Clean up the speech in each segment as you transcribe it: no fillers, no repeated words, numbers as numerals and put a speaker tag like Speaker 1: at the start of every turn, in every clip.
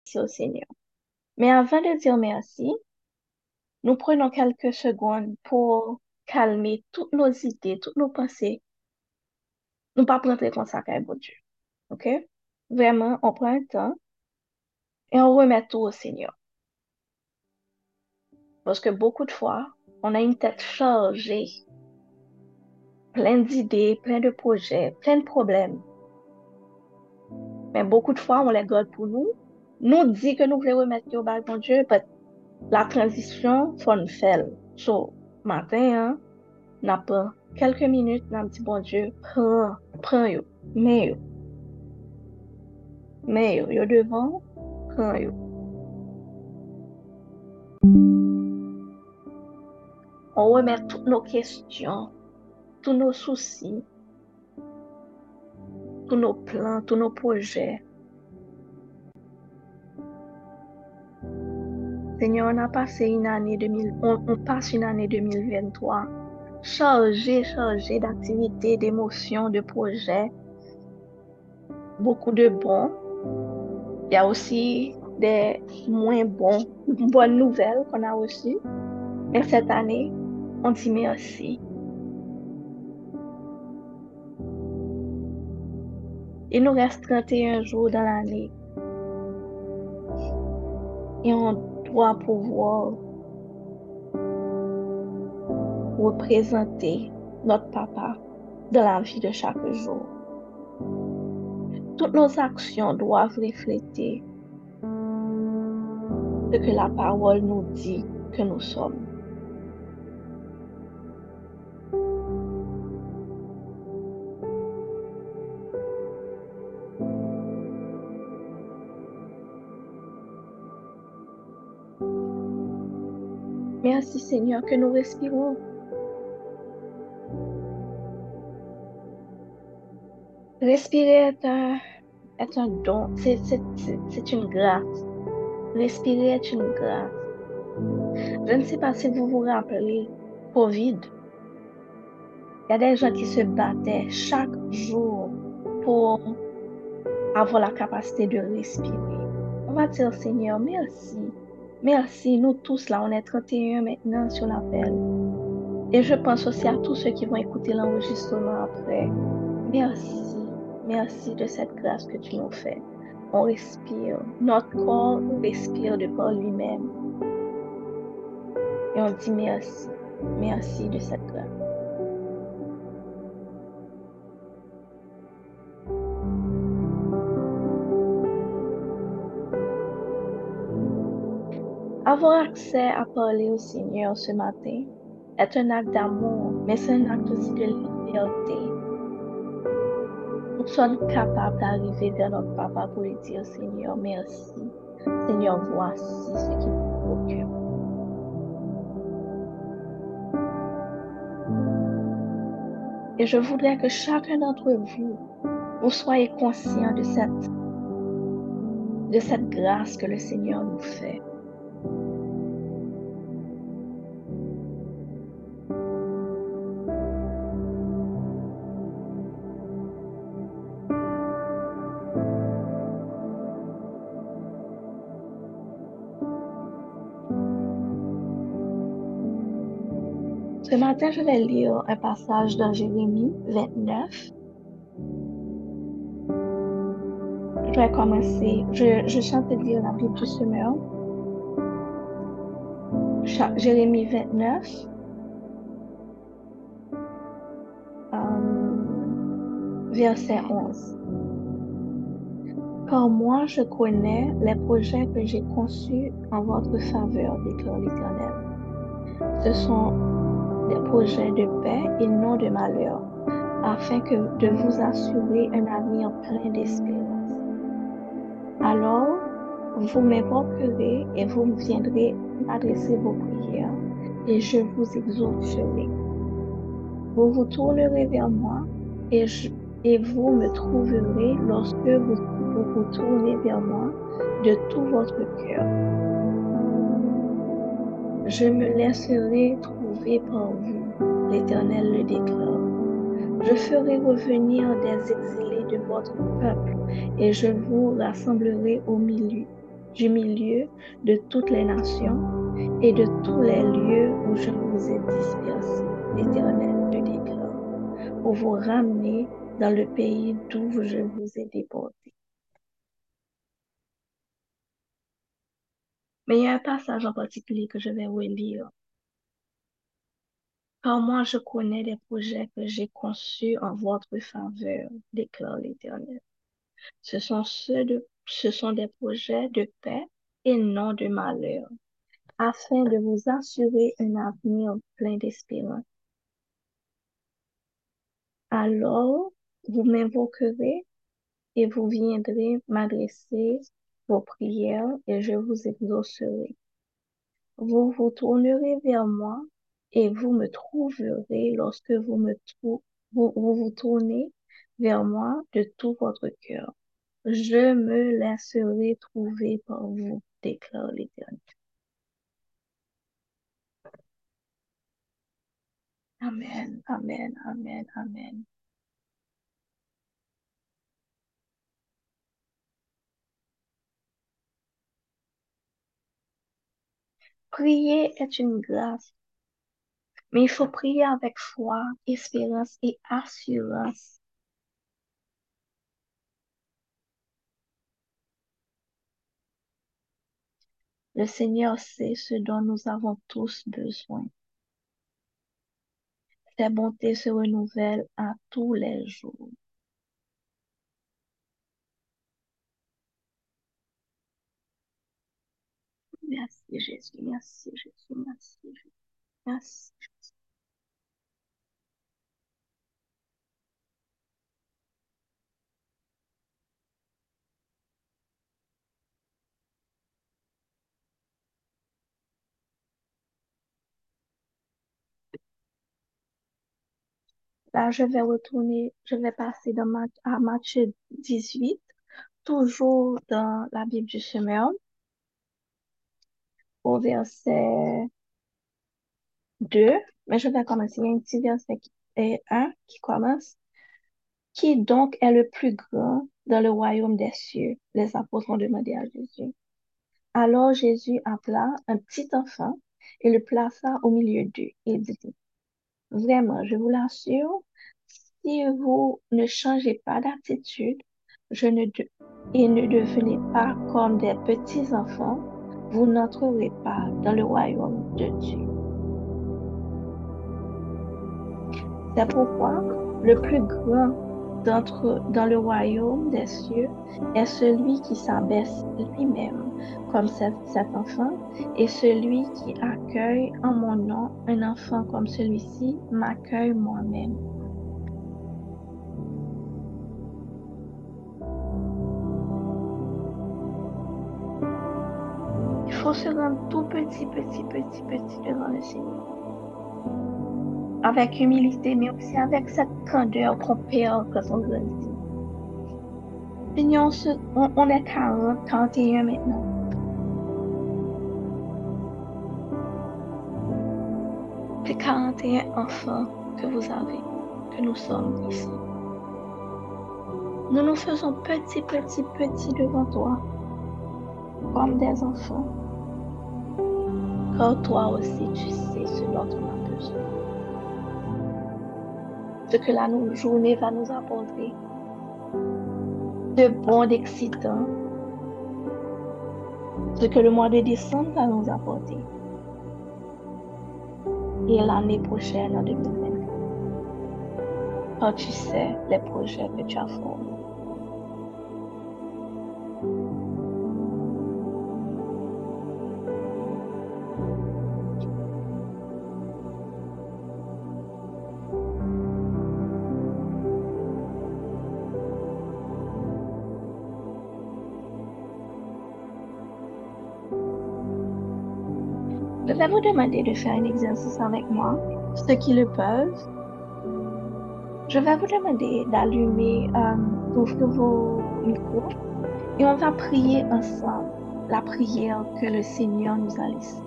Speaker 1: au Seigneur. Mais avant de dire merci, nous prenons quelques secondes pour calmer toutes nos idées, toutes nos pensées. Nous pas prendre comme ça, bon Dieu. OK? Vraiment, on prend un temps et on remet tout au Seigneur. Parce que beaucoup de fois, on a une tête chargée, plein d'idées, plein de projets, plein de problèmes. Mais beaucoup de fois, on les garde pour nous. Nous dit que nous voulons remettre au bas, bon Dieu, mais la transition, faut nous faire. So, matin, hein, n'a pas quelques minutes, n'a dit, bon Dieu, prends yo, mais yo devant, prends yo. On remet toutes nos questions, tous nos soucis, tous nos plans, tous nos projets. Seigneur, on a passé une année 2000, on passe une année 2023 chargée d'activités, d'émotions, de projets, beaucoup de bons. Il y a aussi des moins bonnes nouvelles qu'on a reçues. Mais cette année, on dit merci. Il nous reste 31 jours dans l'année et on doit pouvoir représenter notre papa dans la vie de chaque jour. Toutes nos actions doivent refléter ce que la parole nous dit que nous sommes. Merci Seigneur que nous respirons. Respirer est un don, c'est une grâce. Respirer est une grâce. Je ne sais pas si vous vous rappelez, COVID, il y a des gens qui se battaient chaque jour pour avoir la capacité de respirer. On va dire, Seigneur, merci. Merci, nous tous là, on est 31 maintenant sur l'appel. Et je pense aussi à tous ceux qui vont écouter l'enregistrement après. Merci de cette grâce que tu nous fais. On respire, notre corps respire de par lui-même. Et on dit merci de cette grâce. Avoir accès à parler au Seigneur ce matin est un acte d'amour, mais c'est un acte aussi de liberté. Nous sommes capables d'arriver vers notre papa pour lui dire, Seigneur, merci. Seigneur, voici ce qui est au cœur. Et je voudrais que chacun d'entre vous, vous soyez conscient de cette grâce que le Seigneur nous fait. Ce matin, je vais lire un passage dans Jérémie 29. Je vais commencer. Je chante lire la Bible du semeur. Jérémie 29, verset 11. Car moi, je connais les projets que j'ai conçus en votre faveur, déclare l'Éternel. Ce sont des projets de paix et non de malheur, afin de vous assurer un avenir plein d'espérance. Alors, vous m'évoquerez et vous viendrez m'adresser vos prières, et je vous exaucerai. Vous vous tournerez vers moi, et vous me trouverez lorsque vous tournez vers moi de tout votre cœur. Je me laisserai trouver par vous, l'Éternel le déclare. Je ferai revenir des exilés de votre peuple et je vous rassemblerai au milieu. du milieu de toutes les nations et de tous les lieux où je vous ai dispersés, l'Éternel le déclare, pour vous ramener dans le pays d'où je vous ai déportés. Mais il y a un passage en particulier que je vais relire. Car moi, je connais les projets que j'ai conçus en votre faveur, déclare l'Éternel. Ce sont des projets de paix et non de malheur, afin de vous assurer un avenir plein d'espérance. Alors, vous m'invoquerez et vous viendrez m'adresser vos prières et je vous exaucerai. Vous vous tournerez vers moi et vous me trouverez lorsque vous tournez vers moi de tout votre cœur. Je me laisserai trouver par vous, déclare l'Éternel. Amen, amen, amen, amen. Prier est une grâce, mais il faut prier avec foi, espérance et assurance. Le Seigneur sait ce dont nous avons tous besoin. Ses bontés se renouvellent à tous les jours. Merci Jésus, merci Jésus, merci Jésus, merci. Là, je vais passer à Matthieu 18, toujours dans la Bible du Semeur, au verset 2, mais je vais commencer. Il y a un petit verset et 1 qui commence. Qui donc est le plus grand dans le royaume des cieux? Les apôtres ont demandé à Jésus. Alors Jésus appela un petit enfant et le plaça au milieu d'eux et dit, vraiment, je vous l'assure, si vous ne changez pas d'attitude, je ne de- et ne devenez pas comme des petits enfants, vous n'entrerez pas dans le royaume de Dieu. C'est pourquoi le plus grand dans le royaume des cieux est celui qui s'abaisse lui-même comme cet enfant, et celui qui accueille en mon nom un enfant comme celui-ci m'accueille moi-même. Il faut se rendre tout petit, petit, petit, petit devant le Seigneur. Avec humilité, mais aussi avec cette candeur qu'on perd quand on grandit. Seigneur, on est 41 maintenant. C'est 41 enfants que vous avez, que nous sommes ici. Nous nous faisons petits, petits, petits devant toi, comme des enfants. Car toi aussi, tu sais ce dont on a besoin. Ce que la journée va nous apporter, de bon, d'excitant, ce que le mois de décembre va nous apporter. Et l'année prochaine, en 2024. Quand tu sais les projets que tu as formés. Je vais vous demander de faire un exercice avec moi, ceux qui le peuvent. Je vais vous demander d'ouvrir vos micros et on va prier ensemble la prière que le Seigneur nous a laissée.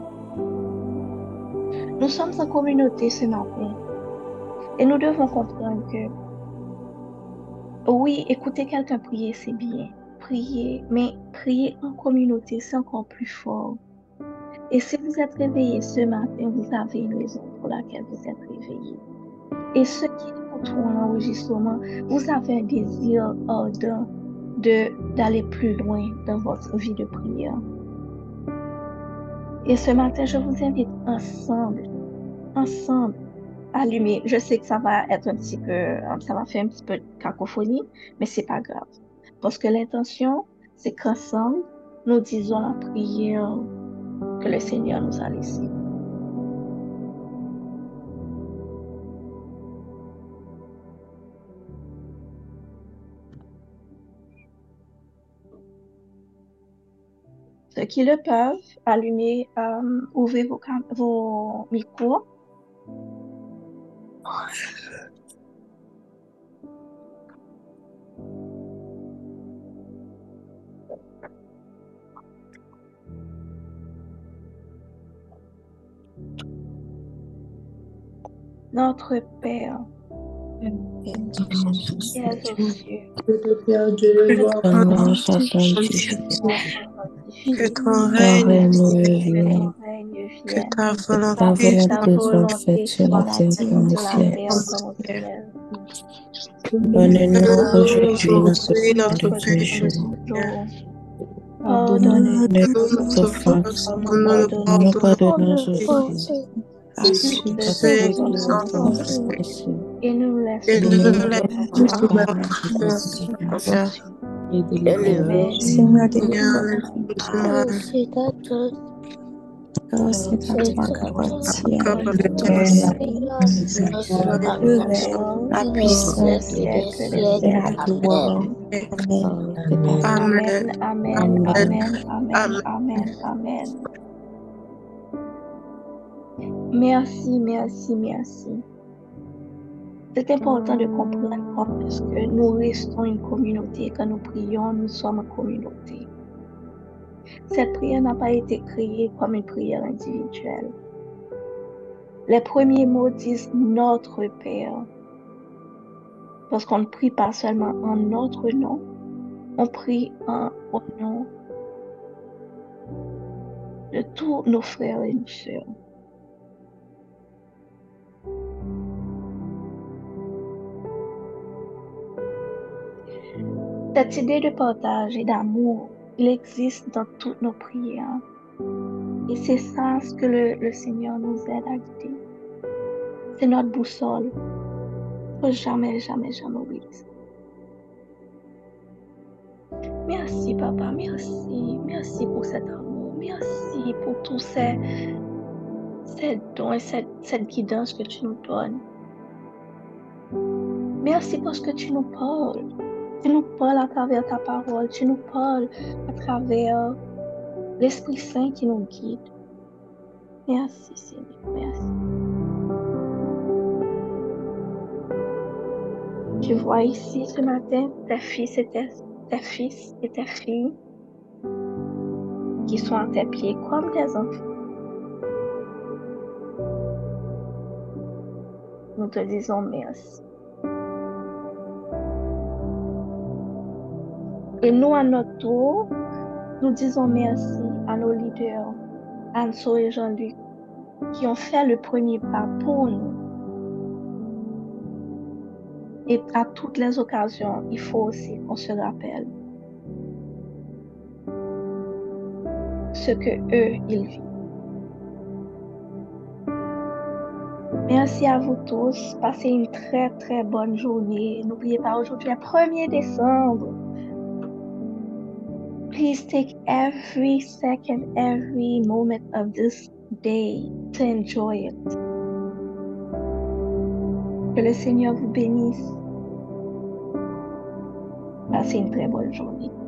Speaker 1: Nous sommes en communauté ce matin et nous devons comprendre que oui, écouter quelqu'un prier, c'est bien. prier, mais prier en communauté, c'est encore plus fort. Et si vous êtes réveillé ce matin, vous avez une raison pour laquelle vous êtes réveillé. Et ceux qui écoutent l'enregistrement, vous avez un désir ardent d'aller plus loin dans votre vie de prière. Et ce matin, je vous invite ensemble, allumer. Je sais que ça va être ça va faire un petit peu de cacophonie, mais c'est pas grave. Parce que l'intention, c'est qu'ensemble, nous disons la prière que le Seigneur nous a laissée. Ceux qui le peuvent, allumez, ouvrez vos micros. Notre Père, qui es aux cieux,
Speaker 2: Père Dieu, le roi,
Speaker 1: que ton
Speaker 3: Seigneur,
Speaker 1: nom
Speaker 3: sois sanctifié,
Speaker 1: soit
Speaker 2: que
Speaker 1: sanctifié,
Speaker 2: ton
Speaker 3: ta
Speaker 2: règne
Speaker 3: règne
Speaker 1: que
Speaker 3: vienne,
Speaker 1: ton règne
Speaker 2: que
Speaker 1: vienne,
Speaker 2: ta
Speaker 3: que ta
Speaker 2: volonté
Speaker 1: ta
Speaker 3: volonté soit faite
Speaker 1: volonté
Speaker 3: sur la
Speaker 1: soit
Speaker 3: terre
Speaker 1: faite
Speaker 3: comme au
Speaker 1: sur la
Speaker 3: ciel.
Speaker 1: terre comme au ciel.
Speaker 3: Donne-nous aujourd'hui
Speaker 2: Donne-nous
Speaker 3: notre
Speaker 2: aujourd'hui
Speaker 3: pain de
Speaker 2: notre
Speaker 1: Notre
Speaker 3: ce
Speaker 2: pain
Speaker 1: pain
Speaker 2: de
Speaker 1: de
Speaker 3: jour.
Speaker 1: ce
Speaker 2: ce jour.
Speaker 1: jour.
Speaker 3: Pardonne-nous
Speaker 1: Pardonne-nous
Speaker 2: Pardonne-nous
Speaker 3: nos
Speaker 2: nos
Speaker 3: offenses,
Speaker 2: offenses,
Speaker 1: comme nous
Speaker 2: comme nous le
Speaker 3: comme nous
Speaker 1: pardonnons
Speaker 2: pardonnons
Speaker 3: pardonnons
Speaker 2: aussi
Speaker 3: aussi
Speaker 1: à
Speaker 3: à
Speaker 1: tous
Speaker 3: ceux
Speaker 2: à
Speaker 1: ceux
Speaker 3: qui
Speaker 1: qui
Speaker 2: ceux
Speaker 1: nous
Speaker 2: qui
Speaker 3: nous
Speaker 1: ont
Speaker 2: nous ont
Speaker 3: ont
Speaker 1: offensés.
Speaker 3: offensés.
Speaker 1: Et ne nous laisse
Speaker 2: et
Speaker 3: Et
Speaker 1: pas
Speaker 2: ne
Speaker 3: ne
Speaker 2: nous
Speaker 3: nous
Speaker 1: soumettre
Speaker 2: laisse
Speaker 1: à
Speaker 3: laisse
Speaker 2: pas
Speaker 1: la
Speaker 3: pas
Speaker 2: soumettre
Speaker 3: à la
Speaker 2: à
Speaker 3: tentation,
Speaker 2: la terre.
Speaker 3: et délivre-nous du
Speaker 2: Seigneur,
Speaker 3: mal.
Speaker 2: délivre-nous du mal.
Speaker 3: Car c'est à toi qu'appartient
Speaker 2: Car
Speaker 3: le
Speaker 2: le temps
Speaker 3: trône, la
Speaker 1: la
Speaker 3: puissance,
Speaker 1: force,
Speaker 3: la
Speaker 1: les
Speaker 3: puissance
Speaker 1: siècles des
Speaker 3: et la
Speaker 1: siècles.
Speaker 3: gloire
Speaker 2: et
Speaker 3: par l'éternité.
Speaker 1: Amen,
Speaker 2: Amen.
Speaker 1: amen,
Speaker 3: Amen.
Speaker 1: amen, amen,
Speaker 2: Amen.
Speaker 1: amen, amen. Merci, merci, merci. C'est important de comprendre comment est-ce que nous restons une communauté. Quand nous prions, nous sommes une communauté. Cette prière n'a pas été créée comme une prière individuelle. Les premiers mots disent notre Père. Parce qu'on ne prie pas seulement en notre nom, on prie au nom de tous nos frères et nos sœurs. Cette idée de partage et d'amour, il existe dans toutes nos prières. Et c'est ça ce que le Seigneur nous aide à guider. C'est notre boussole. Il ne faut jamais, jamais, jamais oublier ça. Merci, Papa. Merci. Merci pour cet amour. Merci pour tous ces dons et cette guidance que tu nous donnes. Merci parce que tu nous parles. Tu nous parles à travers ta parole. Tu nous parles à travers l'Esprit Saint qui nous guide. Merci, Seigneur. Merci. Tu vois ici ce matin tes fils et tes filles qui sont à tes pieds comme des enfants. Nous te disons merci. Et nous, à notre tour, nous disons merci à nos leaders, Anso et Jean-Luc, qui ont fait le premier pas pour nous. Et à toutes les occasions, il faut aussi qu'on se rappelle ce que eux, ils vivent. Merci à vous tous. Passez une très, très bonne journée. N'oubliez pas, aujourd'hui est 1er décembre. Please take every second, every moment of this day to enjoy it. Que le Seigneur vous bénisse. Passez une très bonne journée.